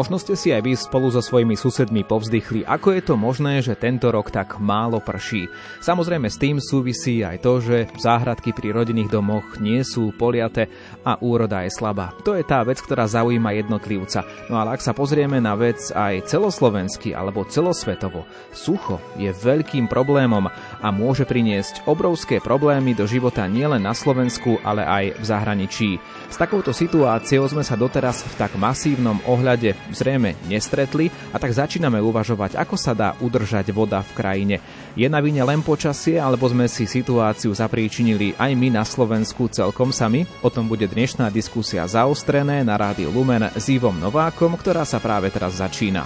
Možno ste si aj vy spolu so svojimi susedmi povzdychli, ako je to možné, že tento rok tak málo prší. Samozrejme s tým súvisí aj to, že záhradky pri rodinných domoch nie sú poliate a úroda je slabá. To je tá vec, ktorá zaujíma jednotlivca. No ale ak sa pozrieme na vec aj celoslovenský alebo celosvetovo, sucho je veľkým problémom a môže priniesť obrovské problémy do života nielen na Slovensku, ale aj v zahraničí. S takouto situáciou sme sa doteraz v tak masívnom ohľade zrejme nestretli a tak začíname uvažovať, ako sa dá udržať voda v krajine. Je na vine len počasie, alebo sme si situáciu zapríčinili aj my na Slovensku celkom sami? O tom bude dnešná diskusia Zaostrené na Rádiu Lumen s Ivom Novákom, ktorá sa práve teraz začína.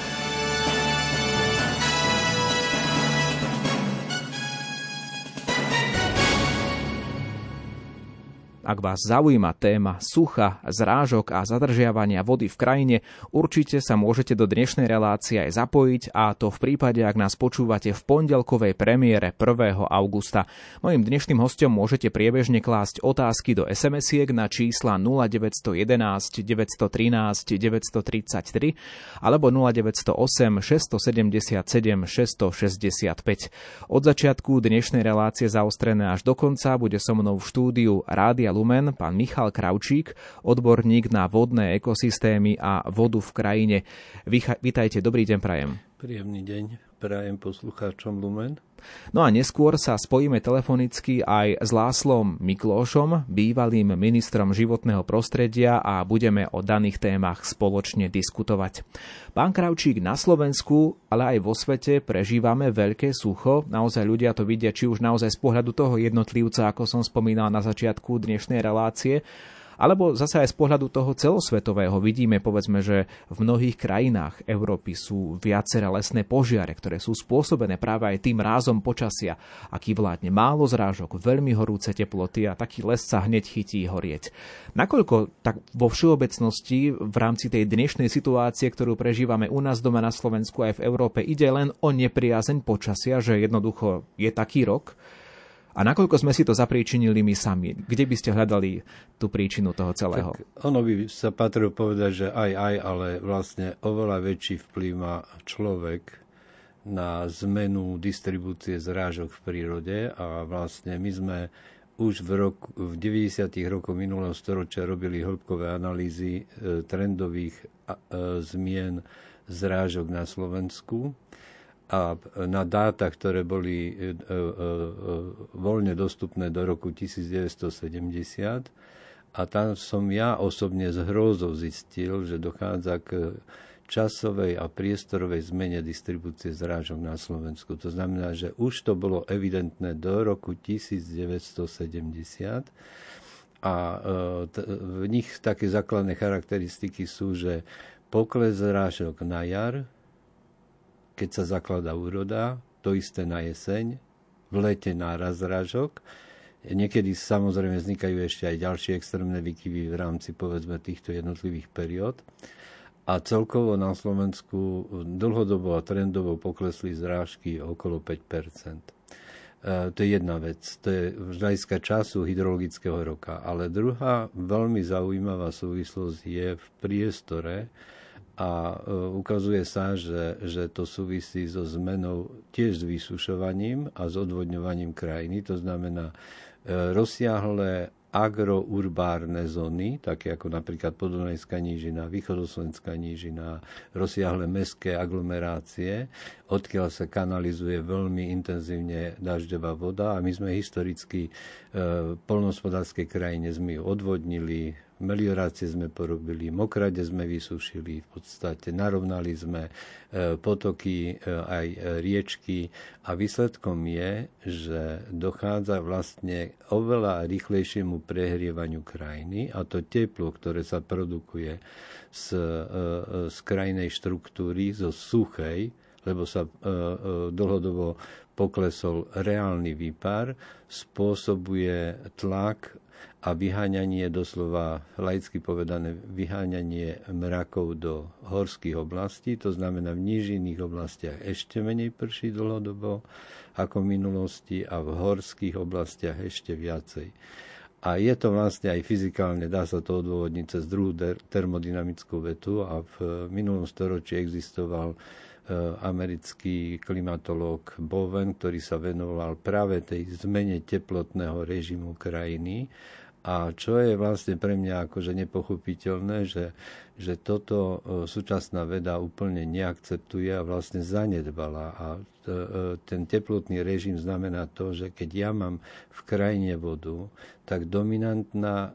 Ak vás zaujíma téma sucha, zrážok a zadržiavania vody v krajine, určite sa môžete do dnešnej relácie aj zapojiť, a to v prípade, ak nás počúvate v pondelkovej premiére 1. augusta. Mojím dnešným hosťom môžete priebežne klásť otázky do SMS-iek na čísla 0911 913 933 alebo 0908 677 665. Od začiatku dnešnej relácie Zaostrené až do konca bude so mnou v štúdiu Rádia Lumen pán Michal Kravčík, odborník na vodné ekosystémy a vodu v krajine. Vítajte, dobrý deň prajem. Príjemný deň prajem poslucháčom Lumen. No a neskôr sa spojíme telefonicky aj s Lászlom Miklóšom, bývalým ministrom životného prostredia, a budeme o daných témach spoločne diskutovať. Pán Kravčík, na Slovensku, ale aj vo svete prežívame veľké sucho. Naozaj ľudia to vidia či už naozaj z pohľadu toho jednotlivca, ako som spomínal na začiatku dnešnej relácie, alebo zase aj z pohľadu toho celosvetového. Vidíme, povedzme, že v mnohých krajinách Európy sú viaceré lesné požiare, ktoré sú spôsobené práve aj tým rázom počasia, aký vládne. Málo zrážok, veľmi horúce teploty a taký les sa hneď chytí horieť. Nakoľko tak vo všeobecnosti v rámci tej dnešnej situácie, ktorú prežívame u nás doma na Slovensku aj v Európe, ide len o nepriazeň počasia, že jednoducho je taký rok? A nakoľko sme si to zapríčinili my sami? Kde by ste hľadali tú príčinu toho celého? Tak ono by sa patrilo povedať, že aj, ale vlastne oveľa väčší vplyv má človek na zmenu distribúcie zrážok v prírode, a vlastne my sme už v 90. rokoch minulého storočia robili hĺbkové analýzy trendových zmien zrážok na Slovensku. A na dátach, ktoré boli voľne dostupné do roku 1970, a tam som ja osobne s hrôzou zistil, že dochádza k časovej a priestorovej zmene distribúcie zrážok na Slovensku. To znamená, že už to bolo evidentné do roku 1970 a v nich také základné charakteristiky sú, že pokles zrážok na jar, keď sa zakladá úroda, to isté na jeseň, v lete náraz zrážok. Niekedy samozrejme vznikajú ešte aj ďalšie extrémne výkyvy v rámci, povedzme, týchto jednotlivých periód. A celkovo na Slovensku dlhodobo a trendovo poklesli zrážky okolo 5%. To je jedna vec. To je z hľadiska času hydrologického roka. Ale druhá veľmi zaujímavá súvislosť je v priestore, a ukazuje sa, že to súvisí so zmenou tiež s vysušovaním a s odvodňovaním krajiny. To znamená rozsiahle agrourbárne zóny, také ako napríklad Podunajská nížina, Východoslovenská nížina, rozsiahle mestské aglomerácie, odkiaľ sa kanalizuje veľmi intenzívne dažďová voda, a my sme historicky v poľnohospodárskej krajine sme ju odvodnili, meliorácie sme porobili, mokrade sme vysúšili, v podstate narovnali sme potoky, aj riečky, a výsledkom je, že dochádza vlastne oveľa rýchlejšiemu prehrievaniu krajiny, a to teplo, ktoré sa produkuje z krajnej štruktúry, zo suchej, lebo sa dlhodobo poklesol reálny výpar, spôsobuje tlak a vyháňanie, doslova laicky povedané, vyháňanie mrakov do horských oblastí. To znamená, v nížinných oblastiach ešte menej prší dlhodobo ako v minulosti, a v horských oblastiach ešte viacej. A je to vlastne aj fyzikálne, dá sa to odôvodniť cez druhú termodynamickú vetu a v minulom storočí existoval americký klimatológ Bowen, ktorý sa venoval práve tej zmene teplotného režimu krajiny. A čo je vlastne pre mňa akože nepochopiteľné, že toto súčasná veda úplne neakceptuje a vlastne zanedbala. A ten teplotný režim znamená to, že keď ja mám v krajine vodu, tak dominantná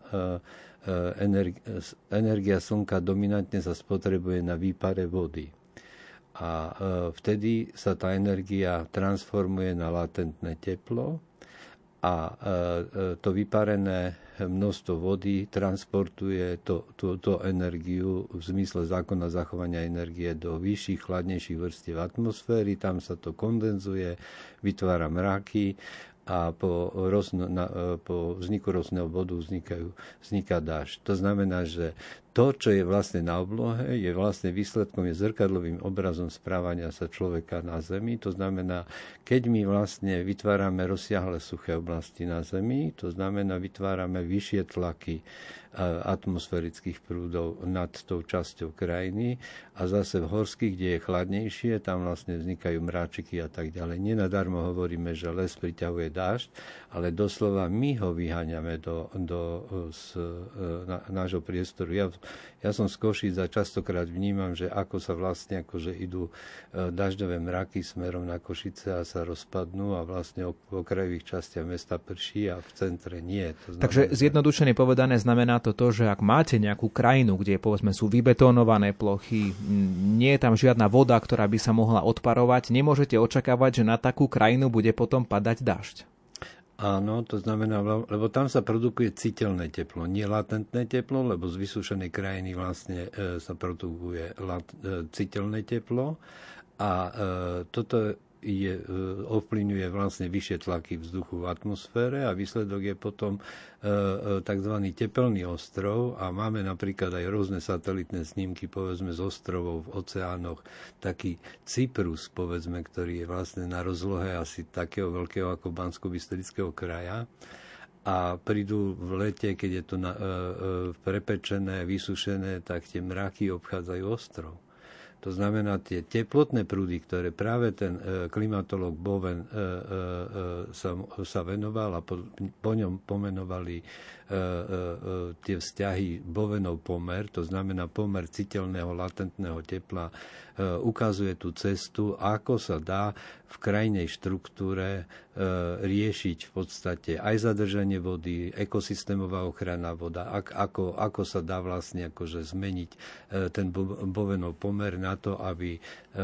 energia slnka dominantne sa spotrebuje na výpare vody. A vtedy sa tá energia transformuje na latentné teplo a to vyparené množstvo vody transportuje túto energiu v zmysle zákona zachovania energie do vyšších, chladnejších vrstiev atmosféry. Tam sa to kondenzuje, vytvára mraky a po vzniku rostného bodu vzniká dážď. To znamená, že to, čo je vlastne na oblohe, je vlastne výsledkom, je zrkadlovým obrazom správania sa človeka na Zemi. To znamená, keď my vlastne vytvárame rozsiahle suché oblasti na Zemi, to znamená, vytvárame vyššie tlaky atmosférických prúdov nad tou časťou krajiny a zase v horských, kde je chladnejšie, tam vlastne vznikajú mráčiky a tak ďalej. Nenadarmo hovoríme, že les priťahuje dážď, ale doslova my ho vyháňame z nášho priestoru. Ja som z Košíc a častokrát vnímam, že ako sa vlastne akože idú dažďové mraky smerom na Košice a sa rozpadnú a vlastne v okrajových častiach mesta prší a v centre nie. To znamená, takže zjednodušene povedané znamená to, že ak máte nejakú krajinu, kde povedzme sú vybetónované plochy, nie je tam žiadna voda, ktorá by sa mohla odparovať, nemôžete očakávať, že na takú krajinu bude potom padať dažď. Áno, to znamená, lebo tam sa produkuje citeľné teplo, nie latentné teplo, lebo z vysúšenej krajiny vlastne sa produkuje citeľné teplo a toto ovplyvňuje vlastne vyššie tlaky vzduchu v atmosfére a výsledok je potom tzv. Tepelný ostrov a máme napríklad aj rôzne satelitné snímky, povedzme z ostrovov v oceánoch, taký Cyprus, povedzme, ktorý je vlastne na rozlohe asi takého veľkého ako Banskobystrického kraja a prídu v lete, keď je to prepečené, vysušené, tak tie mraky obchádzajú ostrov. To znamená, tie teplotné prúdy, ktoré práve ten klimatológ Bowen sa venoval a po ňom pomenovali tie vzťahy Bowenov pomer, to znamená pomer citeľného latentného tepla, ukazuje tú cestu, ako sa dá v krajnej štruktúre riešiť v podstate aj zadržanie vody, ekosystémová ochrana voda, ako sa dá vlastne akože zmeniť ten Bowenov pomer na to, aby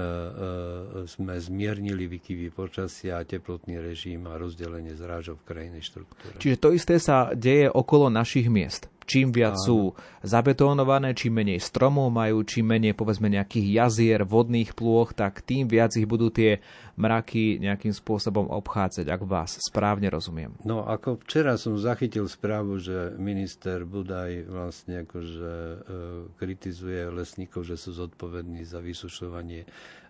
sme zmiernili výkyvy počasia, teplotný režim a rozdelenie zrážok v krajnej štruktúre. Čiže to isté sa deje okolo našich miest. Čím viac sú zabetónované, čím menej stromov majú, čím menej povedzme nejakých jazier, vodných plôch, tak tým viac ich budú tie mraky nejakým spôsobom obchádzať, ak vás správne rozumiem. No ako včera som zachytil správu, že minister Budaj vlastne akože kritizuje lesníkov, že sú zodpovední za vysušovanie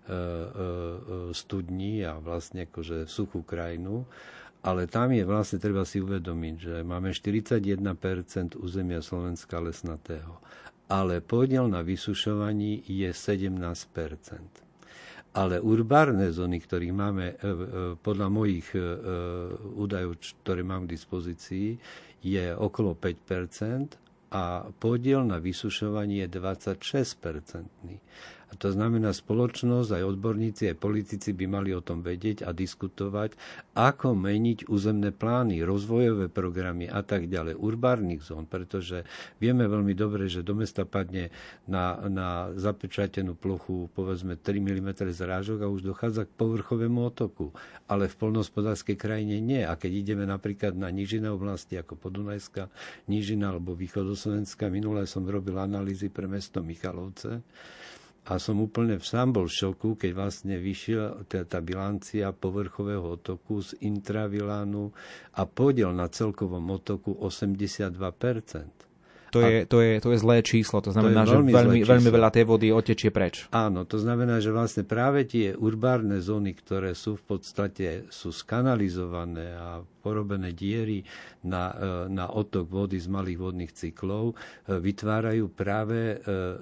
studní a vlastne akože suchú krajinu. Ale tam je vlastne, treba si uvedomiť, že máme 41% územia Slovenska lesnatého. Ale podiel na vysušovaní je 17%. Ale urbárne zóny, ktorých máme podľa mojich údajov, ktoré mám k dispozícii, je okolo 5% a podiel na vysušovaní je 26%. A to znamená, spoločnosť, aj odborníci, aj politici by mali o tom vedieť a diskutovať, ako meniť územné plány, rozvojové programy a tak ďalej, urbárnych zón, pretože vieme veľmi dobre, že do mesta padne na zapečatenú plochu povedzme 3 mm zrážok a už dochádza k povrchovému otoku. Ale v poľnohospodárskej krajine nie. A keď ideme napríklad na nížinné oblasti ako Podunajská nížina alebo Východoslovenská, minulé som robil analýzy pre mesto Michalovce, a som úplne sám bol v šoku, keď vlastne vyšiel tá bilancia povrchového otoku z intravilánu a podiel na celkovom otoku 82%. To je zlé číslo, to znamená, že veľmi veľa tej vody otečie preč. Áno, to znamená, že vlastne práve tie urbárne zóny, ktoré sú v podstate skanalizované a porobené diery na odtok vody z malých vodných cyklov, vytvárajú práve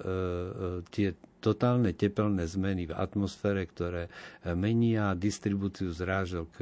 tie totálne tepelné zmeny v atmosfére, ktoré menia distribúciu zrážok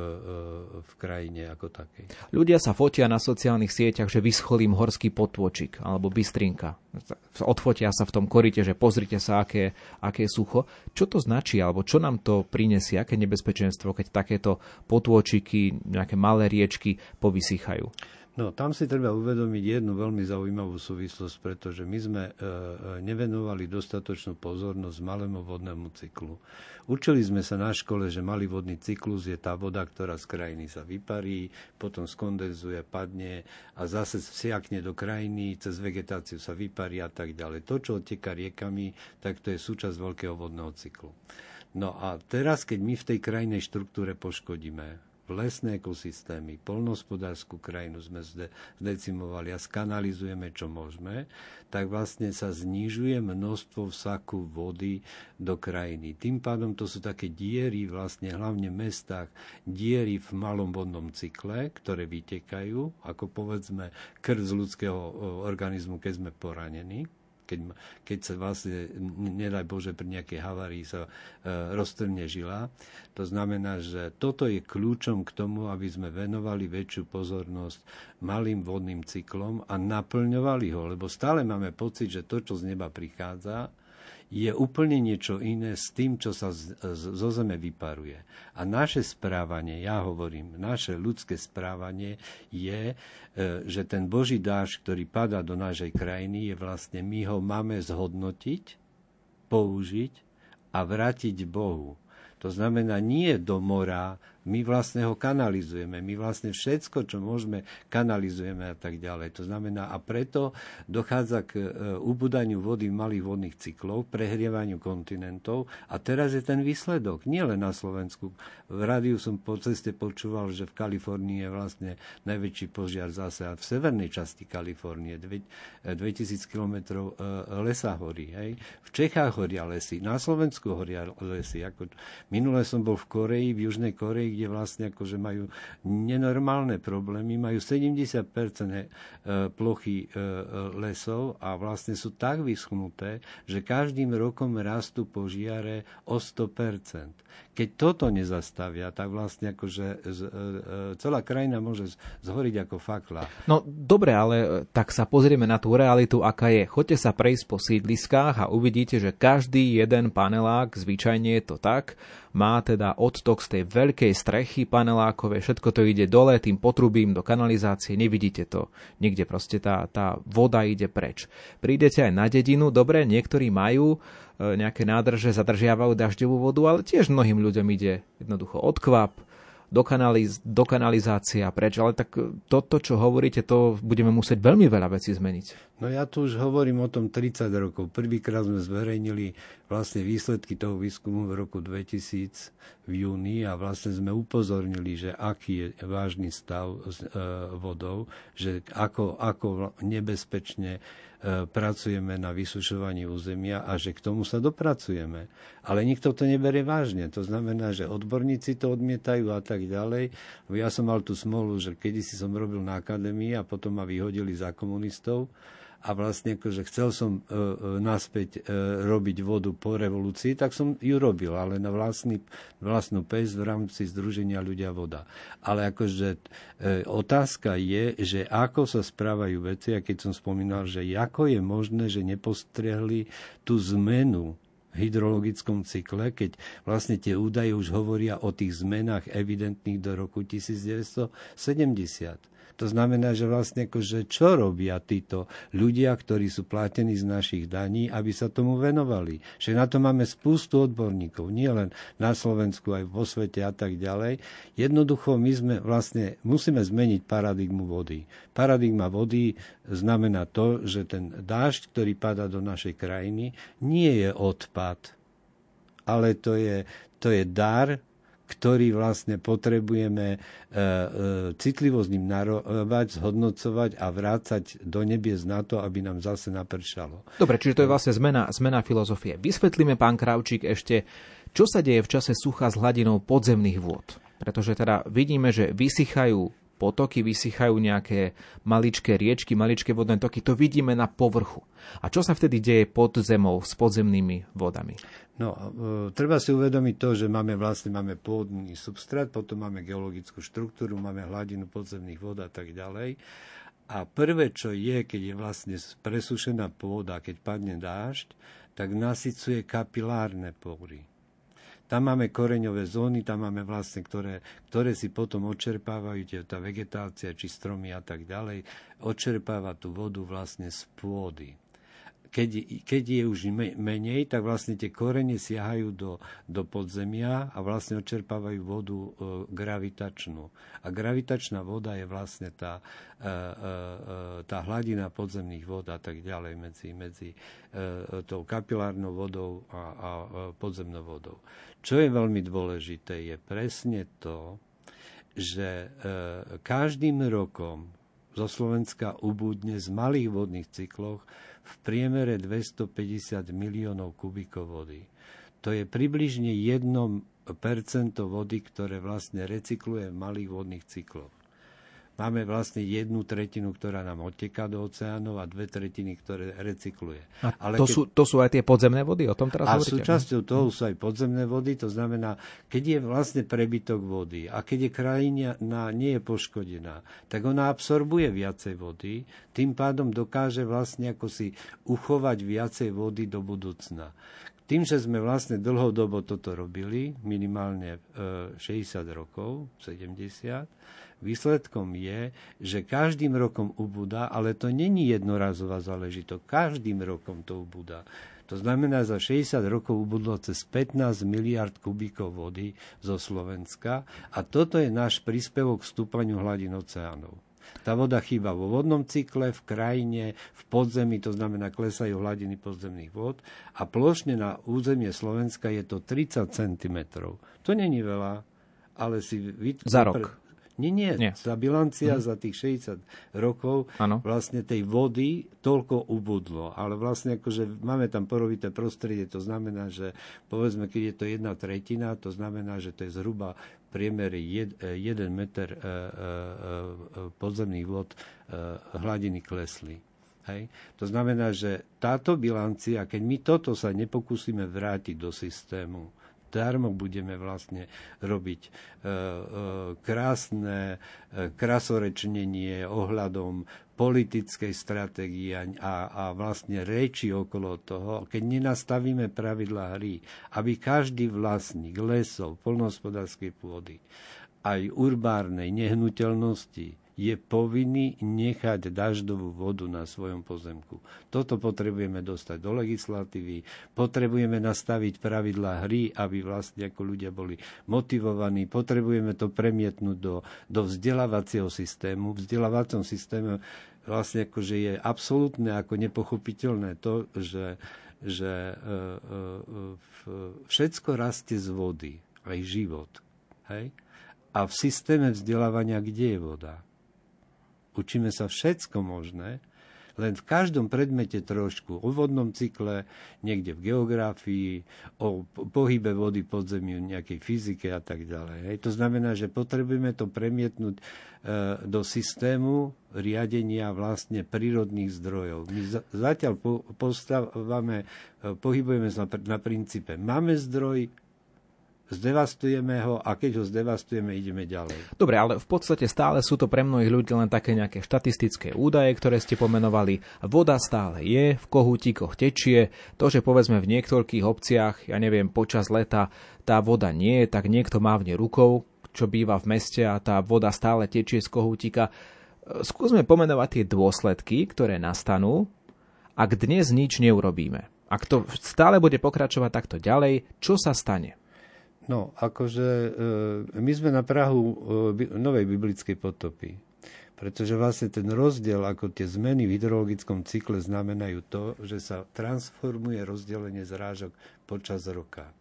v krajine ako takej. Ľudia sa fotia na sociálnych sieťach, že vyschol im horský potôčik alebo bystrinka. Odfotia sa v tom koryte, že pozrite sa, aké je sucho. Čo to značí, alebo čo nám to prinesie, aké nebezpečenstvo, keď takéto potôčiky, nejaké malé riečky povysychajú? No, tam si treba uvedomiť jednu veľmi zaujímavú súvislosť, pretože my sme nevenovali dostatočnú pozornosť malému vodnému cyklu. Učili sme sa na škole, že malý vodný cyklus je tá voda, ktorá z krajiny sa vyparí, potom skondenzuje, padne a zase vsiakne do krajiny, cez vegetáciu sa vyparí a tak ďalej. To, čo odteká riekami, tak to je súčasť veľkého vodného cyklu. No a teraz, keď my v tej krajnej štruktúre poškodíme lesné ekosystémy, poľnohospodárskú krajinu sme zdecimovali a skanalizujeme, čo môžeme, tak vlastne sa znižuje množstvo vsaku vody do krajiny. Tým pádom to sú také diery, vlastne hlavne v mestách, diery v malom vodnom cykle, ktoré vytekajú, ako povedzme krv z ľudského organizmu, keď sme poranení. Keď sa vlastne, nedaj Bože, pri nejakej havárii sa roztrhne žila. To znamená, že toto je kľúčom k tomu, aby sme venovali väčšiu pozornosť malým vodným cyklom a naplňovali ho, lebo stále máme pocit, že to, čo z neba prichádza, je úplne niečo iné s tým, čo sa zo zeme vyparuje. A naše správanie, ja hovorím, naše ľudské správanie je, že ten Boží dážď, ktorý padá do našej krajiny, je vlastne, my ho máme zhodnotiť, použiť a vrátiť Bohu. To znamená nie do mora, my vlastne ho kanalizujeme, my vlastne všetko, čo môžeme, kanalizujeme a tak ďalej. To znamená, a preto dochádza k ubúdaniu vody v malých vodných cyklov, prehrievaniu kontinentov a teraz je ten výsledok, nie len na Slovensku. V rádiu som po ceste počúval, že v Kalifornii je vlastne najväčší požiar zase a v severnej časti Kalifornie 2000 kilometrov lesa horí. Hej. V Čechách horia lesy, na Slovensku horia lesy. Minule som bol v Koreji, v Južnej Koreji, kde vlastne akože majú nenormálne problémy, majú 70% plochy lesov a vlastne sú tak vyschnuté, že každým rokom rastú požiare o 100%. Keď toto nezastavia, tak vlastne akože celá krajina môže zhoriť ako fakla. No dobre, ale tak sa pozrieme na tú realitu, aká je. Choďte sa prejsť po sídliskách a uvidíte, že každý jeden panelák, zvyčajne je to tak, má teda odtok z tej veľkej strechy panelákovej, všetko to ide dole tým potrubím do kanalizácie, nevidíte to. Niekde proste tá voda ide preč. Prídete aj na dedinu, dobre, niektorí majú nejaké nádrže, zadržiavajú dažďovú vodu, ale tiež mnohým ľuďom ide jednoducho odkvap, do kanalizácia preč. Ale tak toto, čo hovoríte, to budeme musieť veľmi veľa vecí zmeniť. No ja tu už hovorím o tom 30 rokov. Prvýkrát sme zverejnili vlastne výsledky toho výskumu v roku 2000 v júni a vlastne sme upozornili, že aký je vážny stav s vodou, že ako nebezpečne pracujeme na vysušovaní územia a že k tomu sa dopracujeme. Ale nikto to neberie vážne. To znamená, že odborníci to odmietajú a tak ďalej. Ja som mal tú smolu, že kedysi som robil na akadémii a potom ma vyhodili za komunistov a vlastne akože chcel som naspäť robiť vodu po revolúcii, tak som ju robil, ale na vlastnú päsť v rámci Združenia Ľudia voda. Ale akože otázka je, že ako sa správajú veci, a keď som spomínal, že ako je možné, že nepostrehli tú zmenu v hydrologickom cykle, keď vlastne tie údaje už hovoria o tých zmenách evidentných do roku 1970. To znamená, že vlastne akože čo robia títo ľudia, ktorí sú platení z našich daní, aby sa tomu venovali. Že na to máme spústu odborníkov, nie len na Slovensku, aj vo svete a tak ďalej. Jednoducho my musíme zmeniť paradigmu vody. Paradigma vody znamená to, že ten dážď, ktorý padá do našej krajiny, nie je odpad, ale to je dar, ktorý vlastne potrebujeme citlivo s ním narovať, zhodnocovať a vrácať do nebies na to, aby nám zase napršalo. Dobre, čiže to je vlastne zmena filozofie. Vysvetlíme, pán Kravčík, ešte, čo sa deje v čase sucha s hladinou podzemných vôd. Pretože teda vidíme, že vysychajú potoky, vysychajú nejaké maličké riečky, maličké vodné toky, to vidíme na povrchu. A čo sa vtedy deje pod zemou s podzemnými vodami? No, treba si uvedomiť to, že máme pôdny substrát, potom máme geologickú štruktúru, máme hladinu podzemných vod a tak ďalej. A prvé, čo je, keď je vlastne presúšená pôda, keď padne dážď, tak nasycuje kapilárne pory. Tam máme koreňové zóny, tam máme vlastne, ktoré si potom odčerpávajú, tá vegetácia, či stromy a tak ďalej, odčerpáva tú vodu vlastne z pôdy. Keď je už menej, tak vlastne tie korene siahajú do podzemia a vlastne odčerpávajú vodu gravitačnú. A gravitačná voda je vlastne tá hladina podzemných vod a tak ďalej medzi tou kapilárnou vodou a podzemnou vodou. Čo je veľmi dôležité, je presne to, že každým rokom zo Slovenska ubudne z malých vodných cykloch v priemere 250 miliónov kubíkov vody. To je približne 1% vody, ktoré vlastne recykluje v malých vodných cykloch. Máme vlastne 1/3, ktorá nám odteká do oceánov a 2/3, ktoré recykluje. Ale to sú aj tie podzemné vody? O tom teraz hovoríte? A súčasťou toho sú aj podzemné vody, to znamená, keď je vlastne prebytok vody a keď je krajina nie je poškodená, tak ona absorbuje viacej vody, tým pádom dokáže vlastne ako si uchovať viacej vody do budúcna. Tým, že sme vlastne dlhodobo toto robili, minimálne 60 rokov, 70, výsledkom je, že každým rokom ubúda, ale to není jednorazová záležitosť. Každým rokom to ubúda. To znamená, za 60 rokov ubudlo cez 15 miliard kubíkov vody zo Slovenska a toto je náš príspevok k stúpaniu hladín oceánov. Tá voda chýba vo vodnom cykle, v krajine, v podzemí, to znamená, klesajú hladiny podzemných vôd a plošne na územie Slovenska je to 30 cm. To není veľa, ale si... Za rok. Nie. Tá bilancia za tých 60 rokov vlastne tej vody toľko ubudlo. Ale vlastne akože máme tam porovité prostredie, to znamená, že povedzme, keď je to 1/3, to znamená, že to je zhruba v priemere 1 meter podzemných vod hladiny klesli. Hej. To znamená, že táto bilancia, keď my toto sa nepokúsime vrátiť do systému, darmo budeme vlastne robiť krásne krasorečnenie ohľadom politickej stratégie a vlastne reči okolo toho, keď nenastavíme pravidlá hry, aby každý vlastník lesov, poľnohospodárskej pôdy, aj urbárnej nehnuteľnosti je povinný nechať dažďovú vodu na svojom pozemku. Toto potrebujeme dostať do legislatívy, potrebujeme nastaviť pravidlá hry, aby vlastne ako ľudia boli motivovaní, potrebujeme to premietnúť do vzdelávacieho systému. V vzdelávacom systéme vlastne akože je absolútne ako nepochopiteľné to, že všetko rastie z vody, aj život. Hej? A v systéme vzdelávania kde je voda? Učíme sa všetko možné, len v každom predmete trošku. O vodnom cykle, niekde v geografii, o pohybe vody pod zemi, nejakej fyzike a tak ďalej. To znamená, že potrebujeme to premietnúť do systému riadenia vlastne prírodných zdrojov. My zatiaľ pohybujeme sa na princípe. Máme zdroj, zdevastujeme ho a keď ho zdevastujeme, ideme ďalej. Dobre, ale v podstate stále sú to pre mnohých ľudí len také nejaké štatistické údaje, ktoré ste pomenovali. Voda stále je, v kohútikoch tečie. To, že povedzme v niektorých obciach, ja neviem, počas leta tá voda nie je, tak niekto mávne rukou, čo býva v meste a tá voda stále tečie z kohútika. Skúsme pomenovať tie dôsledky, ktoré nastanú, ak dnes nič neurobíme. Ak to stále bude pokračovať takto ďalej, čo sa stane? No, akože my sme na prahu novej biblickej potopy. Pretože vlastne ten rozdiel, ako tie zmeny v hydrologickom cykle znamenajú to, že sa transformuje rozdelenie zrážok počas roka.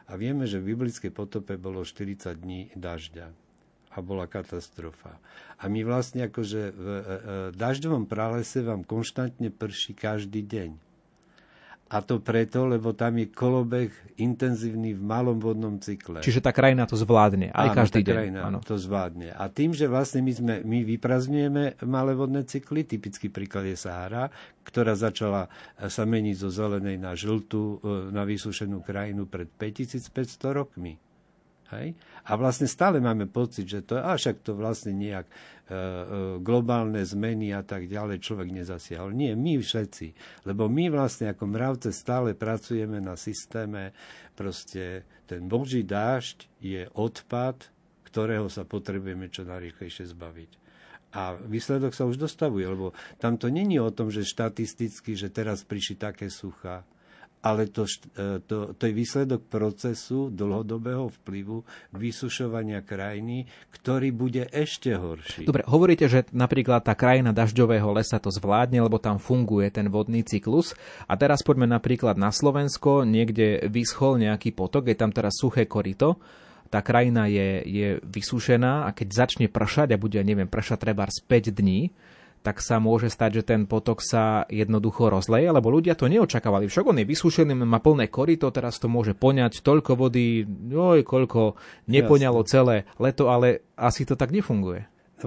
A vieme, že v biblickej potope bolo 40 dní dažďa a bola katastrofa. A my vlastne akože v dažďovom pralese vám konštantne prší každý deň. A to preto, lebo tam je kolobeh intenzívny v malom vodnom cykle. Čiže tá krajina to zvládne aj každý deň. Krajina to zvládne. A tým, že vlastne my vyprazňujeme malé vodné cykly, typický príklad je Sahara, ktorá začala sa meniť zo zelenej na žltú, na vysúšenú krajinu pred 5500 rokmi. Hej? A vlastne stále máme pocit, že to, však to vlastne nejak globálne zmeny a tak ďalej človek nezasiahol. Nie, my všetci. Lebo my vlastne ako mravce stále pracujeme na systéme, proste ten Boží dážď je odpad, ktorého sa potrebujeme čo najrýchlejšie zbaviť. A výsledok sa už dostavuje, lebo tam to není o tom, že štatisticky, že teraz prišli také suchá, ale to je výsledok procesu dlhodobého vplyvu vysušovania krajiny, ktorý bude ešte horší. Dobre, hovoríte, že napríklad tá krajina dažďového lesa to zvládne, lebo tam funguje ten vodný cyklus. A teraz poďme napríklad na Slovensko, niekde vyschol nejaký potok, je tam teraz suché koryto, tá krajina je vysúšená a keď začne pršať a bude, pršať trebárs 5 dní, tak sa môže stať, že ten potok sa jednoducho rozleje, lebo ľudia to neočakávali. Však on je vysúšený, má plné koryto, teraz to môže poňať toľko vody, koľko nepoňalo celé leto, ale asi to tak nefunguje.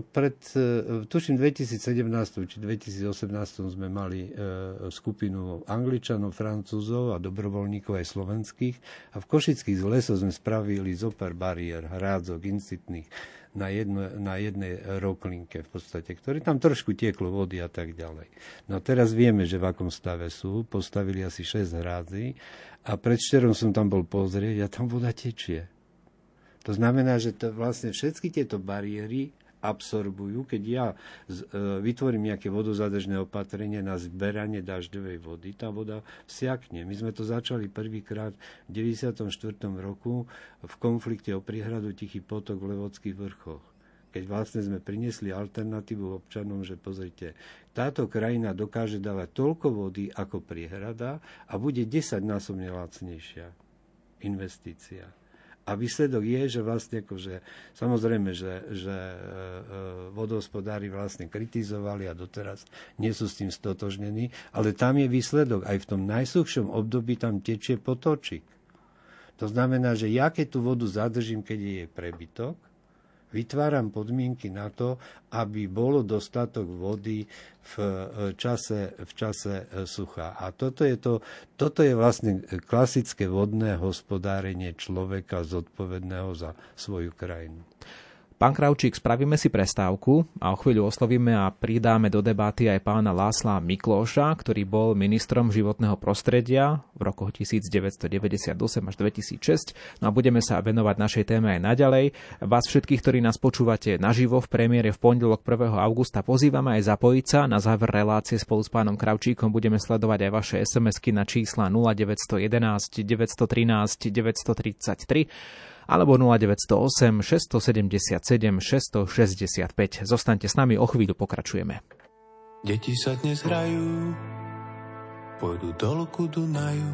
Tuším 2017 či 2018 sme mali skupinu Angličanov, Francúzov a dobrovoľníkov aj slovenských a v košických lesoch sme spravili zopár bariér, hrádzok, incitných na jednej roklinke v podstate, ktorý tam trošku tieklo vody a tak ďalej. No teraz vieme, že v akom stave sú, postavili asi 6 hrádzí a predvčerom som tam bol pozrieť a tam voda tečie. To znamená, že to vlastne všetky tieto bariéry absorbujú, keď ja vytvorím nejaké vodozadržné opatrenie na zberanie dažďovej vody, tá voda vsiakne. My sme to začali prvýkrát v 94. roku v konflikte o priehradu Tichý potok v Levodských vrchoch. Keď vlastne sme priniesli alternatívu občanom, že pozrite, táto krajina dokáže dávať toľko vody ako priehrada a bude 10-násobne lacnejšia investícia. A výsledok je, že vlastne akože, samozrejme, že vodohospodári vlastne kritizovali a doteraz nie sú s tým stotožnení, ale tam je výsledok. Aj v tom najsuchšom období tam tečie potočík. To znamená, že ja keď tú vodu zadržím, keď je jej prebytok, vytváram podmienky na to, aby bolo dostatok vody v čase sucha. A toto je vlastne klasické vodné hospodárenie človeka zodpovedného za svoju krajinu. Pán Kravčík, spravíme si prestávku a o chvíľu oslovíme a pridáme do debaty aj pána Lászla Miklóša, ktorý bol ministrom životného prostredia v rokoch 1998 až 2006. No a budeme sa venovať našej téme aj naďalej. Vás všetkých, ktorí nás počúvate naživo v premiére v pondelok 1. augusta, pozývame aj zapojiť sa. Na záver relácie spolu s pánom Kravčíkom budeme sledovať aj vaše SMS-ky na čísla 0911 913 933 alebo 0908 677 665. Zostaňte s nami, o chvíľu pokračujeme. Deti sa dnes hrajú, pôjdu dolu ku Dunaju.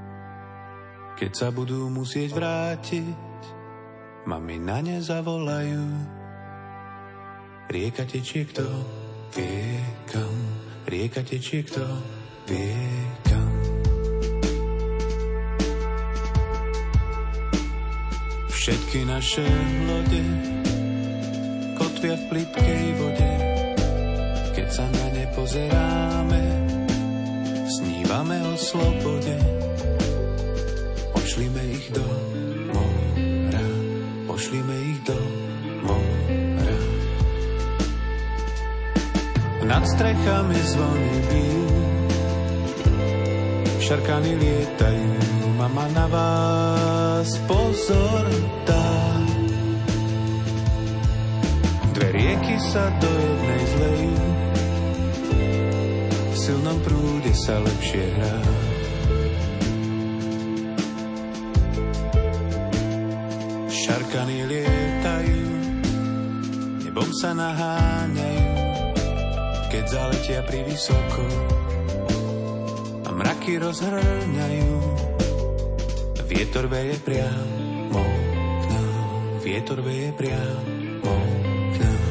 Keď sa budú musieť vrátiť, mami na ne zavolajú. Rieka tečie, kto vie kam, rieka tečie, kto vie kam. Všetky naše lode kotvia v plytkej vode. Keď sa na ne pozeráme, snívame o slobode. Pošlime ich do mora, pošlime ich do mora. Nad strechami zvony bijú, šarkany lietajú, mama na vás pozor dá. Dve rieky sa do jednej zlejú, v silnom prúde sa lepšie hrá. Šarkany lietajú, nebom sa naháňajú, keď zaletia privysoko a mraky rozhrňajú. Vietor veje priamo k nám, vietor veje priamo k nám.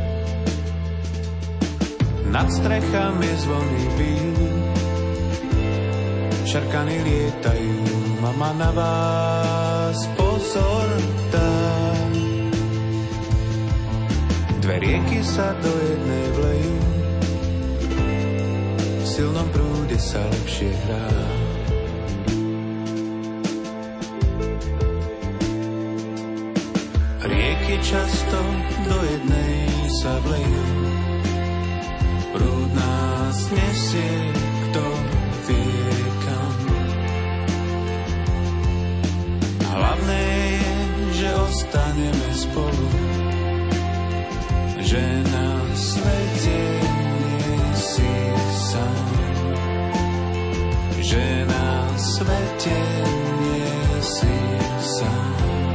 Nad strechami zvony bijú, šarkany lietajú, mama na vás pozor dá. Dve rieky sa do jednej vlejú, v silnom prúde sa lepšie hrá. Rieky často do jednej sa vlejú, prúd nás nesie, kto vie kam. Hlavné je, že ostaneme spolu, že na svete nie si sám, že na svete nie si sám.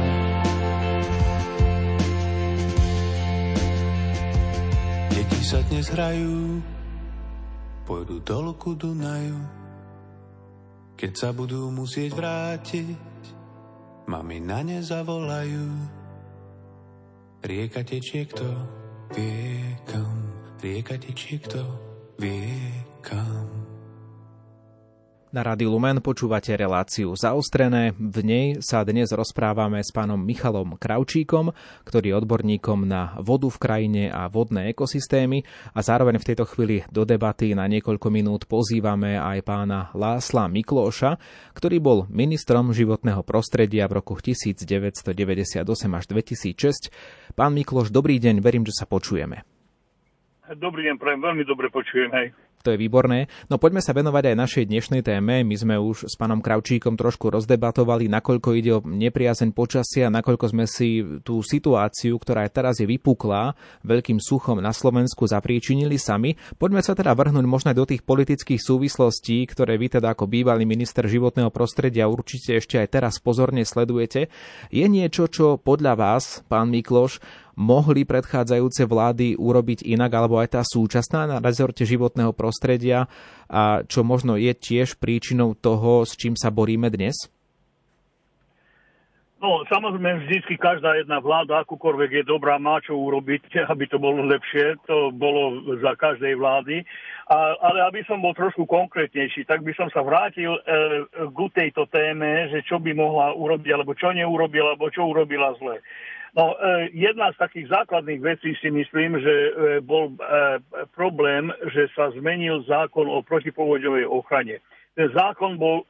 Deti sa dnes hrajú, pôjdu dolu ku Dunaju. Keď sa budú musieť vrátiť, mami na ne zavolajú. Rieka tečie, kto vie kam, rieka tečie, kto vie kam. Na Rádiu Lumen počúvate reláciu Zaostrené. V nej sa dnes rozprávame s pánom Michalom Kravčíkom, ktorý je odborníkom na vodu v krajine a vodné ekosystémy, a zároveň v tejto chvíli do debaty na niekoľko minút pozývame aj pána Lászla Miklóša, ktorý bol ministrom životného prostredia v rokoch 1998 až 2006. Pán Miklóš, dobrý deň, verím, že sa počujeme. Dobrý deň, prajem, veľmi dobre počujem, hej. To je výborné. No poďme sa venovať aj našej dnešnej téme. My sme už s pánom Kravčíkom trošku rozdebatovali, nakoľko ide o nepriazeň počasia, nakoľko sme si tú situáciu, ktorá aj teraz je vypuklá veľkým suchom na Slovensku, zapríčinili sami. Poďme sa teda vrhnúť možno do tých politických súvislostí, ktoré vy teda ako bývalý minister životného prostredia určite ešte aj teraz pozorne sledujete. Je niečo, čo podľa vás, pán Miklóš, mohli predchádzajúce vlády urobiť inak, alebo aj tá súčasná na rezorte životného prostredia, a čo možno je tiež príčinou toho, s čím sa boríme dnes? No, samozrejme, vždycky každá jedna vláda, akúkoľvek je dobrá, má čo urobiť, aby to bolo lepšie. To bolo za každej vlády. Ale aby som bol trošku konkrétnejší, tak by som sa vrátil k tejto téme, že čo by mohla urobiť, alebo čo neurobila, alebo čo urobila zle. No, jedna z takých základných vecí si myslím, že bol problém, že sa zmenil zákon o protipovodňovej ochrane. Ten zákon bol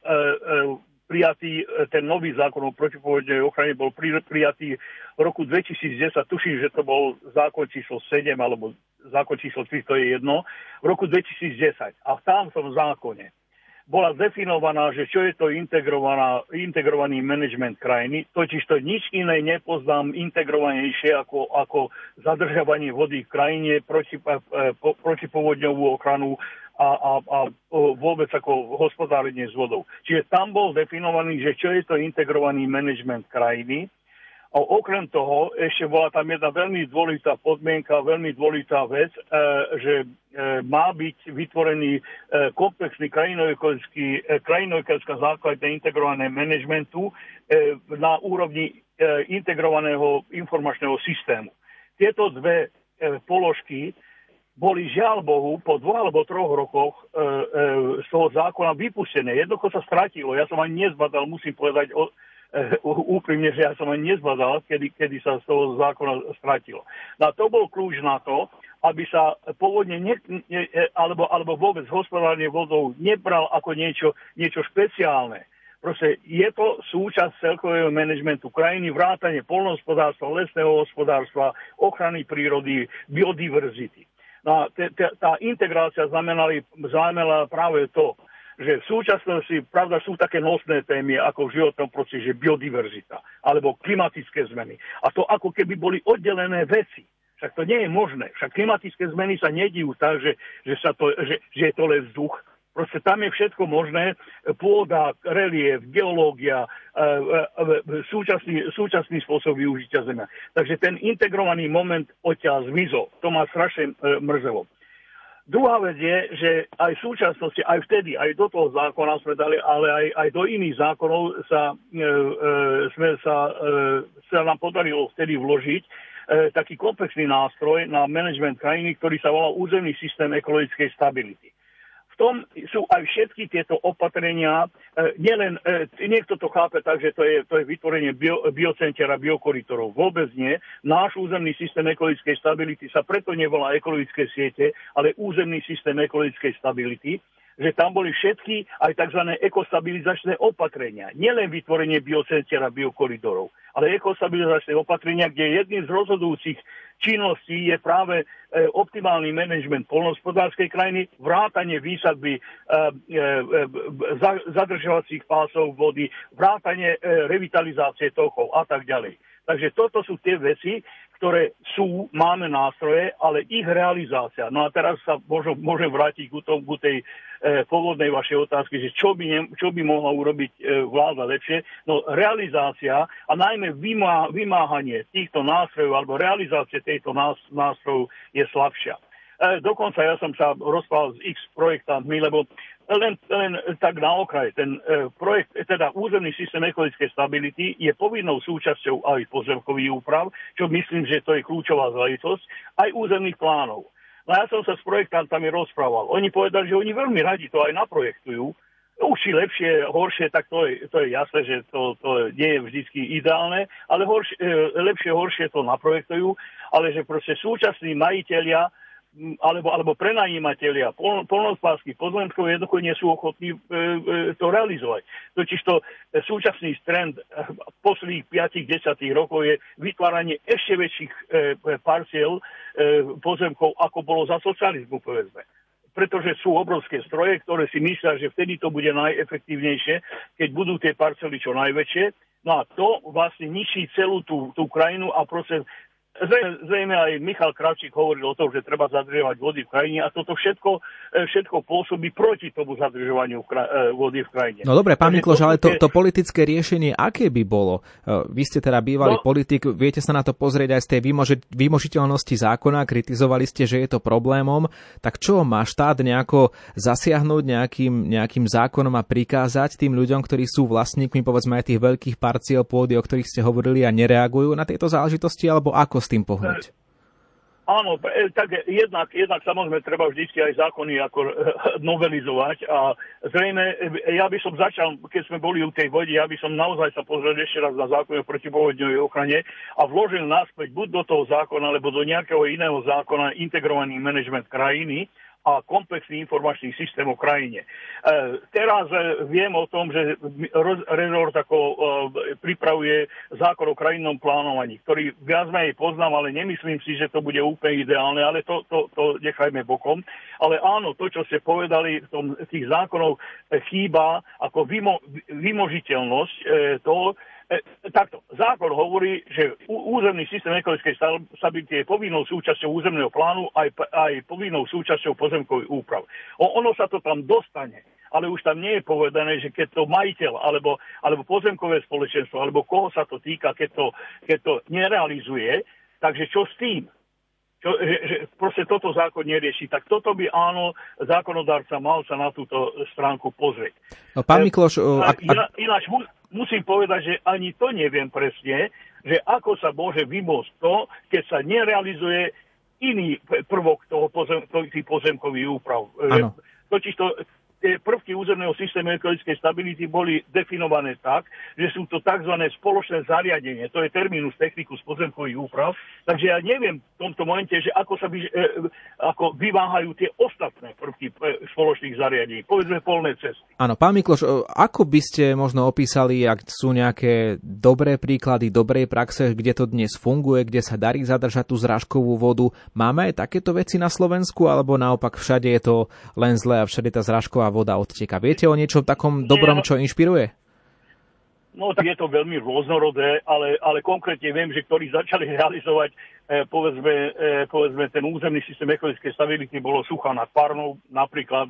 prijatý, ten nový zákon o protipovodňovej ochrane bol prijatý v roku 2010, tuším, že to bol zákon číslo 7 alebo zákon číslo 3, to je jedno, v roku 2010. A v tamtom zákone bola definovaná, že čo je to integrovaný manažment krajiny, totiž to nič iné nepoznám integrovanejšie ako zadržiavanie vody v krajine, protipovodňovú ochranu a vôbec ako hospodárenie s vodou. Čiže tam bol definovaný, že čo je to integrovaný manažment krajiny. A okrem toho ešte bola tam jedna veľmi dôležitá podmienka, veľmi dôležitá vec, že má byť vytvorený komplexný krajinoekologická základná integrované manažmentu na úrovni integrovaného informačného systému. Tieto dve položky boli žiaľ Bohu po 2 alebo 3 rokoch z toho zákona vypustené. Jednoducho sa stratilo. Ja som ani nezbadal, musím povedať úprimne, že ja som ani nezbadal, kedy sa z toho zákona stratilo. No a to bol kľúč na to, aby sa pôvodne alebo vôbec hospodárenie vodou nebral ako niečo špeciálne. Proste je to súčasť celkového manažmentu krajiny, vrátane poľnohospodárstva, lesného hospodárstva, ochrany prírody, biodiverzity. No, tá integrácia znamenala práve to, že v súčasnosti, pravda, sú také nosné témy ako v životnom prostredí, že biodiverzita alebo klimatické zmeny. A to ako keby boli oddelené veci. Však to nie je možné. Však klimatické zmeny sa nedijú tak, že je to len vzduch. Proste tam je všetko možné. Pôda, relief, geológia, súčasný spôsob využitia zemia. Takže ten integrovaný moment odtiaľ zmizol. To ma strašne mrzelo. Druhá vec je, že aj v súčasnosti, aj vtedy, aj do toho zákona sme dali, ale aj do iných zákonov sa nám podarilo vtedy vložiť taký komplexný nástroj na management krajiny, ktorý sa volá územný systém ekologickej stability. V tom sú aj všetky tieto opatrenia, nielen, niekto to chápe tak, že to je vytvorenie biocentier a biokoritorov. Vôbec nie. Náš územný systém ekologickej stability sa preto nevolá ekologické siete, ale územný systém ekologickej stability, že tam boli všetky aj tzv. Ekostabilizačné opatrenia. Nielen vytvorenie biocentier a biokoridorov, ale ekostabilizačné opatrenia, kde jedným z rozhodujúcich činností je práve optimálny manažment poľnohospodárskej krajiny, vrátanie výsadby zadržovacích pásov vody, vrátanie revitalizácie tokov a tak ďalej. Takže toto sú tie veci, ktoré máme nástroje, ale ich realizácia. No a teraz sa môžem vrátiť ku tej pôvodnej vašej otázky, že čo by mohla urobiť vláda lepšie. No realizácia a najmä vymáhanie týchto nástrojov alebo realizácie týchto nástrojov je slabšia. Dokonca ja som sa rozprával s X projektantmi, lebo len tak na okraj. Ten projekt, teda územný systém ekologickej stability, je povinnou súčasťou aj pozemkových úprav, čo myslím, že to je kľúčová záležitosť, aj územných plánov. No ja som sa s projektantami rozprával. Oni povedali, že oni veľmi radi to aj naprojektujú. Už či lepšie, horšie, tak to je jasné, že to nie je vždycky ideálne, ale lepšie, horšie to naprojektujú, ale že proste súčasní majitelia alebo prenajímatelia poľnohospodárskych pozemkov jednoducho nie sú ochotní to realizovať. Totižto súčasný trend posledných 5-10 rokov je vytváranie ešte väčších parciel pozemkov, ako bolo za socializmu, povedzme. Pretože sú obrovské stroje, ktoré si myslia, že vtedy to bude najefektívnejšie, keď budú tie parcely čo najväčšie. No a to vlastne ničí celú tú krajinu a proste zrejme aj Michal Kravčík hovoril o tom, že treba zadržovať vody v krajine a toto všetko pôsobí proti tomu zadržovaniu vody v krajine. No dobre, pán Mikloš, ale to politické riešenie, aké by bolo? Vy ste teda bývalý politik, viete sa na to pozrieť aj z tej vymožiteľnosti zákona, kritizovali ste, že je to problémom, tak čo, má štát nejako zasiahnuť nejakým zákonom a prikázať tým ľuďom, ktorí sú vlastníkmi, povedzme aj tých veľkých parciel pôdy, o ktorých ste hovorili a nereagujú na tieto záležitosti, alebo ako s tým pohnúť? Áno, tak jednak samozrejme treba vždy aj zákony ako novelizovať a zrejme ja by som začal, keď sme boli u tej vode, ja by som naozaj sa pozrel ešte raz na zákon o protipovodňovej ochrane a vložil naspäť buď do toho zákona, alebo do nejakého iného zákona integrovaný manažment krajiny a komplexný informačný systém o krajine. Teraz viem o tom, že rezort pripravuje zákon o krajinnom plánovaní, ktorý viac menej poznám, ale nemyslím si, že to bude úplne ideálne, ale to nechajme bokom. Ale áno, to, čo ste povedali, v tých zákonov chýba ako vymožiteľnosť toho. Takto, zákon hovorí, že územný systém ekologickej stability je povinnou súčasťou územného plánu aj povinnou súčasťou pozemkových úprav. Ono sa to tam dostane, ale už tam nie je povedané, že keď to majiteľ alebo pozemkové spoločenstvo, alebo koho sa to týka, keď to nerealizuje, takže čo s tým? Že proste toto zákon nerieši. Tak toto by áno, zákonodárca mal sa na túto stránku pozrieť. No, pán Mikloš... Ináč musím povedať, že ani to neviem presne, že ako sa môže vymôcť to, keď sa nerealizuje iný prvok tých pozemkových úprav. Totižto tie prvky územného systému ekologickej stability boli definované tak, že sú to tzv. Spoločné zariadenie. To je terminus technicus pozemkových úprav. Takže ja neviem v tomto momente, že ako vyváhajú tie ostatné prvky spoločných zariadení. Povedzme poľné cesty. Áno, pán Mikloš, ako by ste možno opísali, ak sú nejaké dobré príklady dobrej praxe, kde to dnes funguje, kde sa darí zadržať tú zrážkovú vodu? Máme aj takéto veci na Slovensku, alebo naopak všade je to len zlé a všade tá zrážková voda odteka? Viete o niečom takom dobrom, čo inšpiruje? No tak je to veľmi rôznorodé, ale konkrétne viem, že ktorí začali realizovať povedzme ten územný systém ekologickej stability, bolo Suchá nad Parnou napríklad.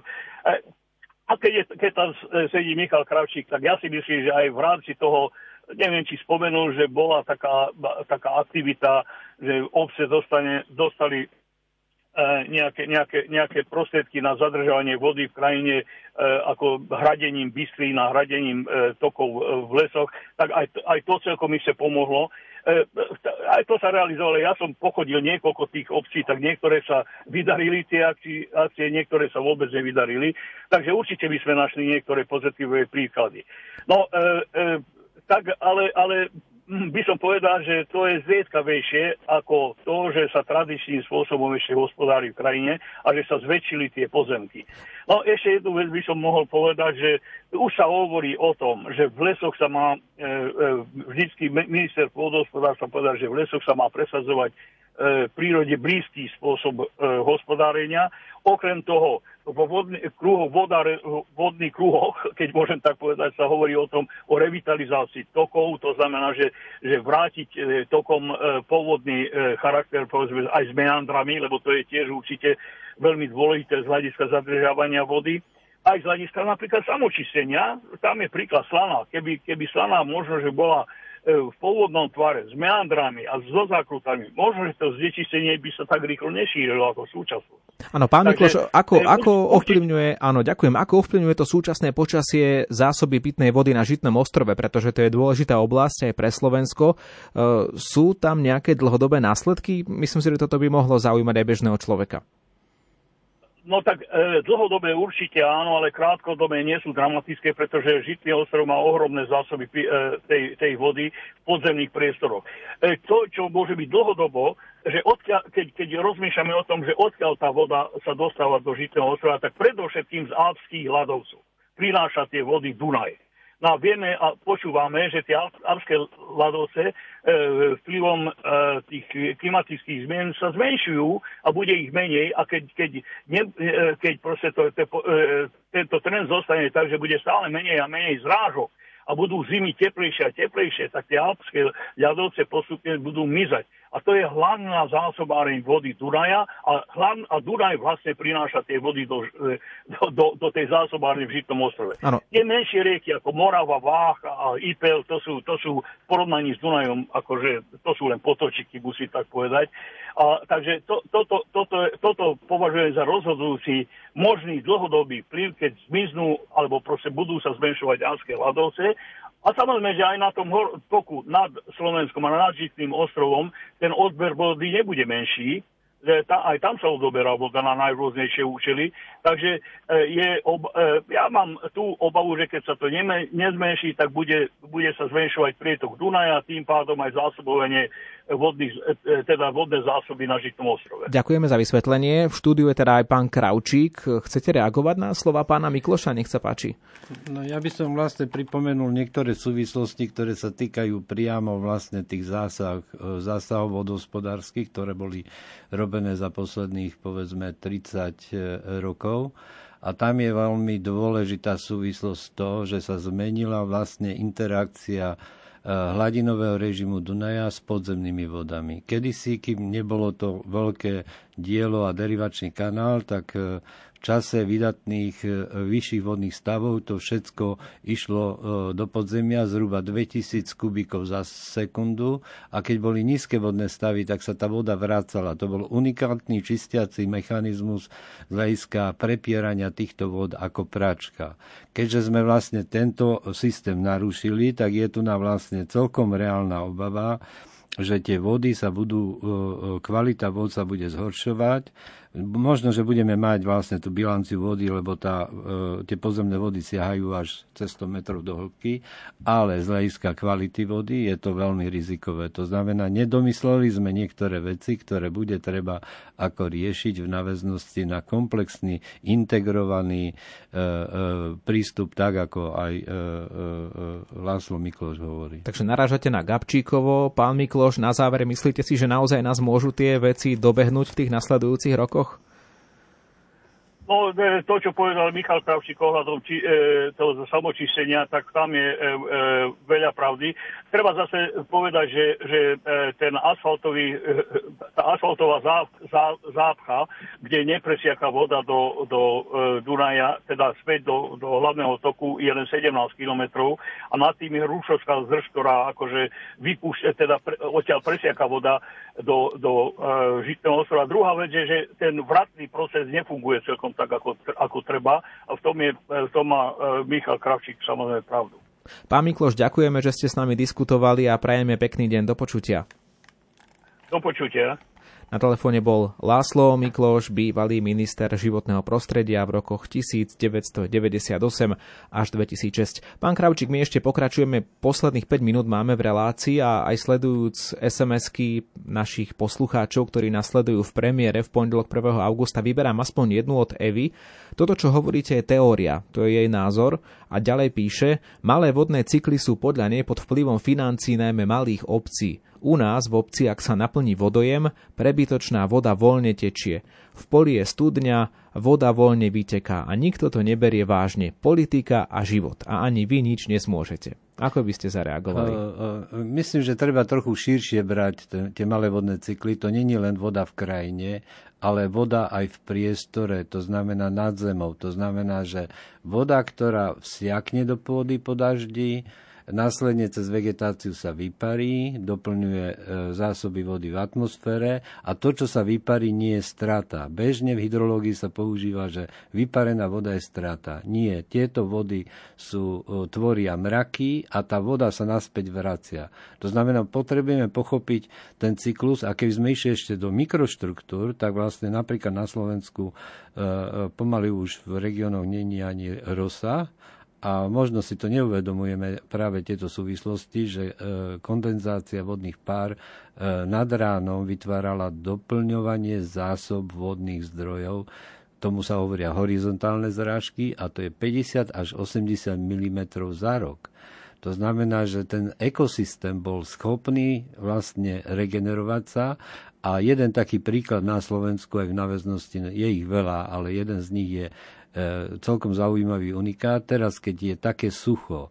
A keď tam sedí Michal Kravčík, tak ja si myslím, že aj v rámci toho, neviem, či spomenul, že bola taká aktivita, že obce dostali nejaké prostriedky na zadržovanie vody v krajine ako hradením bystrín a hradením tokov v lesoch, tak aj to celkom ešte pomohlo. Aj to sa realizovalo. Ja som pochodil niekoľko tých obcí, tak niektoré sa vydarili tie akcie, niektoré sa vôbec nevydarili. Takže určite by sme našli niektoré pozitívne príklady. No, tak, ale by som povedal, že to je zriedkavejšie ako to, že sa tradičným spôsobom ešte hospodári v krajine a že sa zväčšili tie pozemky. No ešte jednu vec by som mohol povedať, že už sa hovorí o tom, že v lesoch sa má, vždycky minister pôdohospodárstva povedal, že v lesoch sa má presadzovať prírode blízky spôsob hospodárenia. Okrem toho, vo vodných kruhoch, keď môžem tak povedať, sa hovorí o tom, o revitalizácii tokov, to znamená, že vrátiť tokom pôvodný charakter, povedzme, aj s meandrami, lebo to je tiež určite veľmi dôležité z hľadiska zadržiavania vody. Aj z hľadiska napríklad samočistenia, tam je príklad Slaná. Keby Slaná možno, že bola v pôvodnom tvare s meandrami a so zákrutami, možno, že to znečistenie by sa tak rýchlo nešírilo ako v súčasnosti. Áno, pán Mikloš, ako ovplyvňuje to súčasné počasie zásoby pitnej vody na Žitnom ostrove, pretože to je dôležitá oblasť aj pre Slovensko. Sú tam nejaké dlhodobé následky? Myslím si, že toto by mohlo zaujímať aj bežného človeka. No tak dlhodobé určite áno, ale krátkodobé nie sú dramatické, pretože Žitný ostrov má ohromné zásoby tej vody v podzemných priestoroch. To, čo môže byť dlhodobo, že keď rozmýšľame o tom, že odkiaľ tá voda sa dostáva do Žitného ostrova, tak predovšetkým z alpských ľadovcov prináša tie vody Dunaj. No a vieme a počúvame, že tie alpské ľadovce vplyvom tých klimatických zmien sa zmenšujú a bude ich menej a keď proste tento trend zostane tak, že bude stále menej a menej zrážok a budú zimy teplejšie a teplejšie, tak tie alpské ľadovce postupne budú mizať. A to je hlavná zásobáreň vody Dunaja a Dunaj vlastne prináša tie vody do tej zásobárne v Žitnom ostrove. Ano. Tie menšie rieky ako Morava, Vách a Ipel, to sú v porovnaní s Dunajom, akože to sú len potočiky, musím tak povedať. Takže toto považujem za rozhodujúci možný dlhodobý vplyv, keď zmiznú alebo proste budú sa zmenšovať alpské ľadovce. A samozrejme, že aj na tom toku nad Slovenskom a nad Žitným ostrovom ten odber vody nebude menší, že aj tam sa odoberá voda na najrôznejšie účely. Takže ja mám tú obavu, že keď sa to nezmenší, tak bude sa zmenšovať prietok Dunaja, tým pádom aj zásobovanie vodné zásoby na Žitnom ostrove. Ďakujeme za vysvetlenie. V štúdiu je teda aj pán Kravčík. Chcete reagovať na slova pána Mikloša? Nech sa páči. No ja by som vlastne pripomenul niektoré súvislosti, ktoré sa týkajú priamo vlastne tých zásahov vodohospodárskych, ktoré boli robené za posledných, povedzme, 30 rokov. A tam je veľmi dôležitá súvislosť to, že sa zmenila vlastne interakcia hladinového režimu Dunaja s podzemnými vodami. Kedysi, kým nebolo to veľké dielo a derivačný kanál, tak v čase vydatných vyšších vodných stavov to všetko išlo do podzemia zhruba 2000 kubíkov za sekundu a keď boli nízke vodné stavy, tak sa tá voda vrácala. To bol unikátny čistiaci mechanizmus z hľadiska prepierania týchto vod ako pračka. Keďže sme vlastne tento systém narušili, tak je tu na vlastne celkom reálna obava, že tie vody kvalita vod sa bude zhoršovať. Možno, že budeme mať vlastne tú bilanciu vody, lebo tie podzemné vody siahajú až cez 100 metrov do hĺbky, ale z hľadiska kvality vody je to veľmi rizikové. To znamená, nedomysleli sme niektoré veci, ktoré bude treba ako riešiť v náväznosti na komplexný, integrovaný prístup, tak ako aj László Mikloš hovorí. Takže narážate na Gabčíkovo. Pán Mikloš, na záver myslíte si, že naozaj nás môžu tie veci dobehnúť v tých nasledujúcich rokoch? No, to, čo povedal Michal Kravčík ohľadom toho samočistenia, tak tam je veľa pravdy. Treba zase povedať, že ten tá asfaltová zápcha, kde nepresiaka voda do Dunaja, teda späť do hlavného toku, je len 17 kilometrov a nad tým je Rúšovská zdrž, ktorá akože vypúšťa, teda odtiaľ presiaka voda do Žitného ostrova. Druhá vec je, že ten vratný proces nefunguje celkom tak, ako treba. A v tom má Michal Kravčík samozrejme pravdu. Pán Mikloš, ďakujeme, že ste s nami diskutovali a prajeme pekný deň. Do počutia. Do počutia. Na telefóne bol László Mikloš, bývalý minister životného prostredia v rokoch 1998 až 2006. Pán Kravčík, my ešte pokračujeme, posledných 5 minút máme v relácii a aj sledujúc SMS-ky našich poslucháčov, ktorí nás sledujú v premiére v pondelok 1. augusta, vyberám aspoň jednu od Evy. Toto, čo hovoríte, je teória, to je jej názor a ďalej píše, malé vodné cykly sú podľa nej pod vplyvom financií najmä malých obcí. U nás v obci, ak sa naplní vodojem, prebytočná voda voľne tečie. V poli je studňa, voda voľne vyteká a nikto to neberie vážne. Politika a život. A ani vy nič nesmôžete. Ako by ste zareagovali? Myslím, že treba trochu širšie brať tie malé vodné cykly. To nie je len voda v krajine, ale voda aj v priestore, to znamená nad zemou. To znamená, že voda, ktorá vsiakne do pôdy po daždi, následne cez vegetáciu sa vyparí, doplňuje zásoby vody v atmosfére a to, čo sa vyparí, nie je strata. Bežne v hydrológii sa používa, že vyparená voda je strata. Nie, tieto vody tvoria mraky a tá voda sa naspäť vracia. To znamená, potrebujeme pochopiť ten cyklus a keby sme išli ešte do mikroštruktúr, tak vlastne napríklad na Slovensku pomaly už v regiónoch nie je ani rosa. A možno si to neuvedomujeme práve tieto súvislosti, že kondenzácia vodných pár nad ránom vytvárala doplňovanie zásob vodných zdrojov. Tomu sa hovoria horizontálne zrážky a to je 50 až 80 mm za rok. To znamená, že ten ekosystém bol schopný vlastne regenerovať sa a jeden taký príklad na Slovensku aj v náväznosti, je ich veľa, ale jeden z nich je celkom zaujímavý unikát. Teraz, keď je také sucho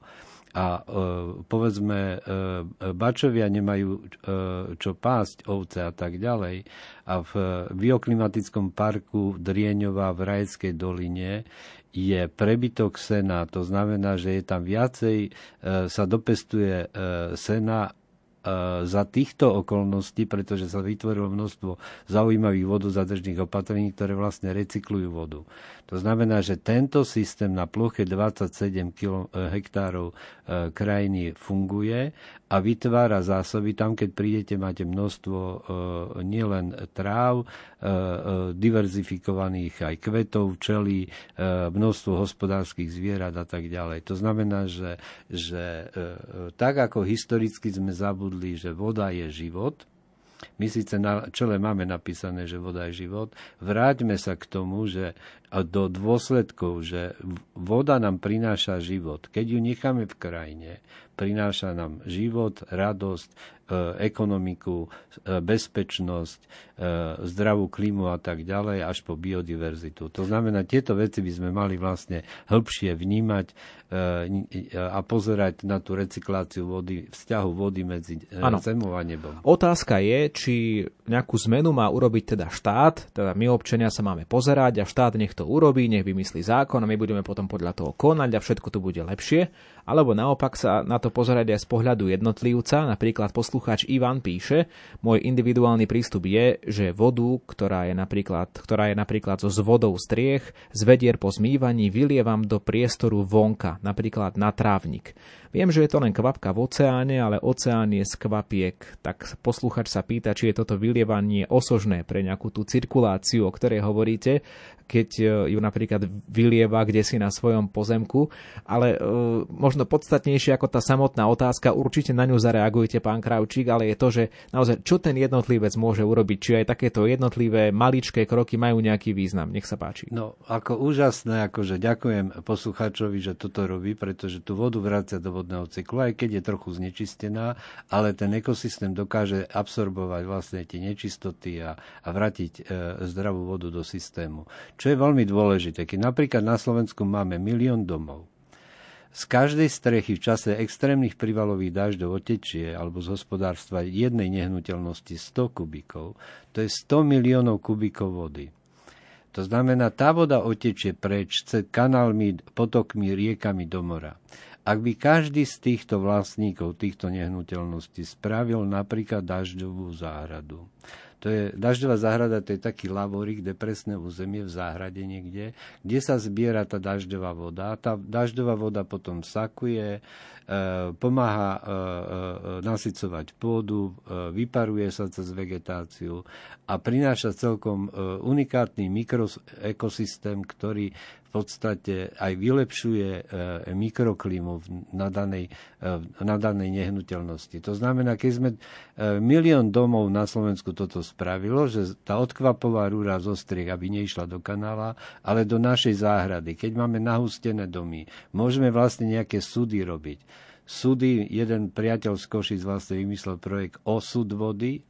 a povedzme bačovia nemajú čo pásť, ovce a tak ďalej a v bioklimatickom parku Drieňova v Rajeckej doline je prebytok sena, to znamená, že je tam viacej, sa dopestuje sena za týchto okolností, pretože sa vytvorilo množstvo zaujímavých vodozadržných opatrení, ktoré vlastne recyklujú vodu. To znamená, že tento systém na ploche 27 hektárov krajiny funguje a vytvára zásoby. Tam, keď prídete, máte množstvo nielen tráv, diverzifikovaných aj kvetov, včelí, množstvo hospodárskych zvierat a tak ďalej. To znamená, že tak ako historicky sme zabudli, že voda je život, my síce na čele máme napísané, že voda je život, vráťme sa k tomu, že do dôsledkov, že voda nám prináša život. Keď ju necháme v krajine, prináša nám život, radosť, ekonomiku, bezpečnosť, zdravú klímu a tak ďalej, až po biodiverzitu. To znamená, tieto veci by sme mali vlastne hĺbšie vnímať a pozerať na tú recykláciu vody, vzťahu vody medzi zemou a nebom. Otázka je, či nejakú zmenu má urobiť teda štát, teda my občania sa máme pozerať a štát nech to urobí, nech vymyslí zákon a my budeme potom podľa toho konať a všetko tu bude lepšie, alebo naopak sa na to pozerať aj z pohľadu jednotlivca. Napríklad poslucháč Ivan píše, môj individuálny prístup je, že vodu, ktorá je napríklad zo vodou striech, z vedier po zmývaní vylievam do priestoru vonka, napríklad na trávnik. Viem, že je to len kvapka v oceáne, ale oceán je z kvapiek. Tak posluchač sa pýta, či je toto vylievanie osožné pre nejakú tú cirkuláciu, o ktorej hovoríte, keď ju napríklad vylieva kdesi na svojom pozemku. Ale možno podstatnejšie ako tá samotná otázka, určite na ňu zareagujte, pán Kravčík, ale je to, že naozaj, čo ten jednotlivec môže urobiť, či aj takéto jednotlivé maličké kroky majú nejaký význam. Nech sa páči. No, ako úžasné, akože ďakujem poslucháčovi, že toto robí, pretože tú vodu vracia do vodného cyklu, aj keď je trochu znečistená, ale ten ekosystém dokáže absorbovať vlastne tie nečistoty a vrátiť zdravú vodu do systému. Čo je veľmi dôležité, keď napríklad na Slovensku máme 1 000 000 domov, z každej strechy v čase extrémnych prívalových dažďov otečie alebo z hospodárstva jednej nehnuteľnosti 100 kubíkov, to je 100 miliónov kubíkov vody. To znamená, tá voda otečie preč kanálmi, potokmi, riekami do mora. Ak by každý z týchto vlastníkov týchto nehnuteľností spravil napríklad dažďovú záhradu, to je dažďová záhrada, to je taký lavorík, depresné územie v záhrade niekde, kde sa zbiera tá dažďová voda. Tá dažďová voda potom sakuje, pomáha nasycovať pôdu, vyparuje sa cez vegetáciu a prináša celkom unikátny mikroekosystém, ktorý v podstate aj vylepšuje mikroklímu na danej nehnuteľnosti. To znamená, keď sme 1 000 000 domov na Slovensku toto spravilo, že tá odkvapová rúra zo striech, aby neišla do kanála, ale do našej záhrady. Keď máme nahustené domy, môžeme vlastne nejaké súdy robiť. Súdy, jeden priateľ z Košic vlastne vymyslel projekt osud vody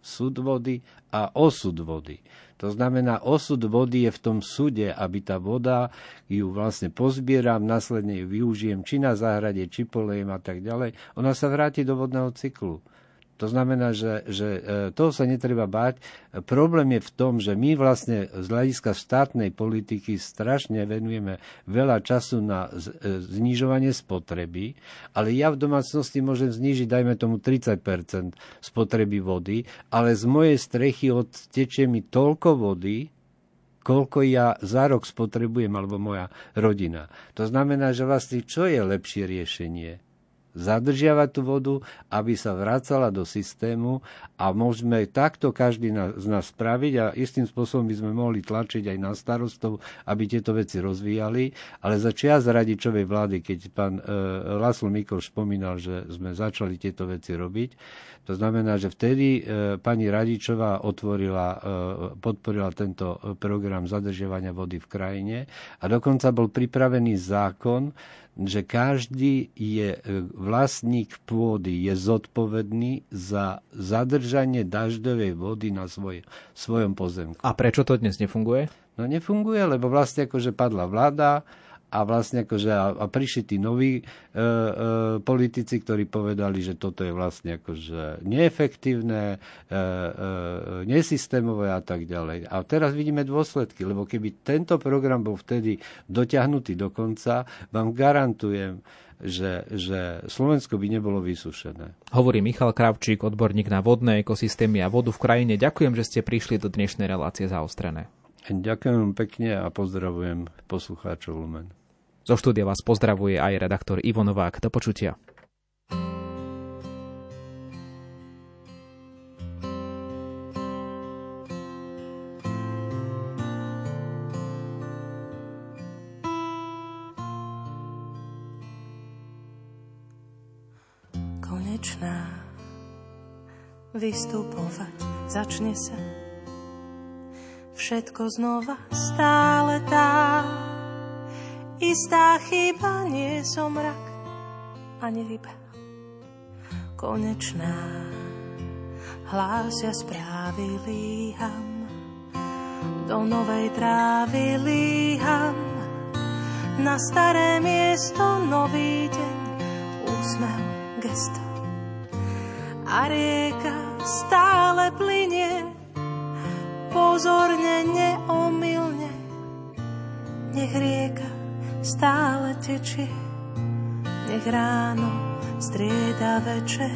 a osud vody. To znamená, osud vody je v tom súde, aby tá voda, ju vlastne pozbieram, následne ju využijem, či na záhrade, či polejem a tak ďalej. Ona sa vráti do vodného cyklu. To znamená, že toho sa netreba báť. Problém je v tom, že my vlastne z hľadiska štátnej politiky strašne venujeme veľa času na znižovanie spotreby, ale ja v domácnosti môžem znížiť, dajme tomu 30% spotreby vody, ale z mojej strechy odtečie mi toľko vody, koľko ja za rok spotrebujem, alebo moja rodina. To znamená, že vlastne čo je lepšie riešenie? Zadržiavať tú vodu, aby sa vracala do systému a môžeme takto každý z nás spraviť a istým spôsobom by sme mohli tlačiť aj na starostov, aby tieto veci rozvíjali, ale za čias Radičovej vlády, keď pán László Mikloš spomínal, že sme začali tieto veci robiť, to znamená, že vtedy pani Radičová podporila tento program zadržiavania vody v krajine a dokonca bol pripravený zákon, že každý vlastník pôdy je zodpovedný za zadržanie dažďovej vody na svojom pozemku. A prečo to dnes nefunguje? No nefunguje, lebo vlastne akože padla vláda a vlastne akože a prišli tí noví politici, ktorí povedali, že toto je vlastne akože neefektívne, nesystémové a tak ďalej. A teraz vidíme dôsledky, lebo keby tento program bol vtedy dotiahnutý do konca, vám garantujem, že Slovensko by nebolo vysušené. Hovorí Michal Kravčík, odborník na vodné ekosystémy a vodu v krajine. Ďakujem, že ste prišli do dnešnej relácie Zaostrené. Ďakujem pekne a pozdravujem poslucháčov Lumen. Zo štúdia vás pozdravuje aj redaktor Ivo Novák. Do počutia. Konečná vystupovať začne sa. Všetko znova stále tá istá chyba, nie som rak ani ryba. Konečná hlásia správy, líham do novej trávy, líham na staré miesto, nový deň, úsmev, gesto a rieka stále plynie pozorne, neomylne. Nech rieka stále tečie, nech ráno strieda večer.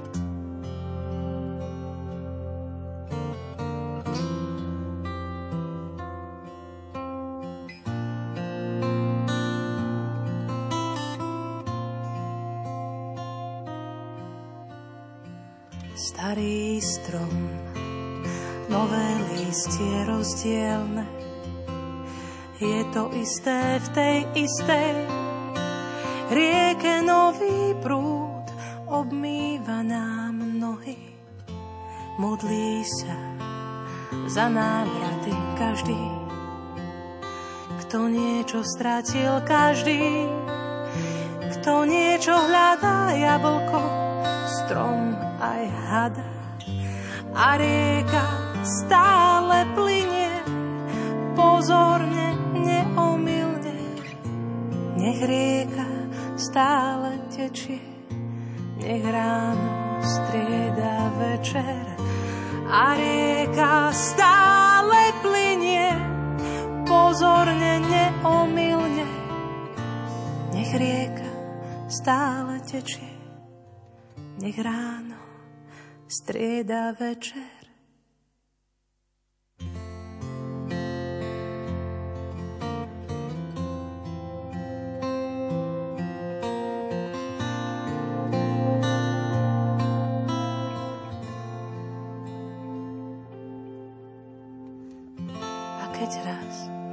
Starý strom, nové listie rozdielne, je to isté v tej istej rieke, nový prúd obmýva nám nohy. Modlí sa za návraty každý, kto niečo stratil, každý, to niečo hľadá, jablko, strom aj hada. A rieka stále plynie, pozorne, neomylne. Nech rieka stále tečie, nech ráno strieda večer. A rieka stále plynie, pozorne, neomylne. Nech rieka stále tečie, nech ráno strieda večer. A keď raz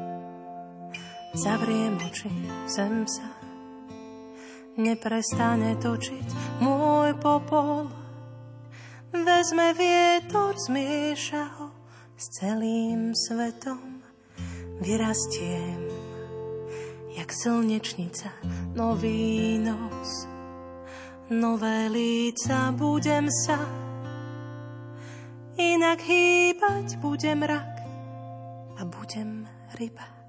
zavriem oči, zem sa neprestane točiť, môj popol vezme vietor, zmieša ho s celým svetom. Vyrastiem, jak slnečnica, nový nos, nové líca, budem sa inak hýbať, budem rak a budem ryba.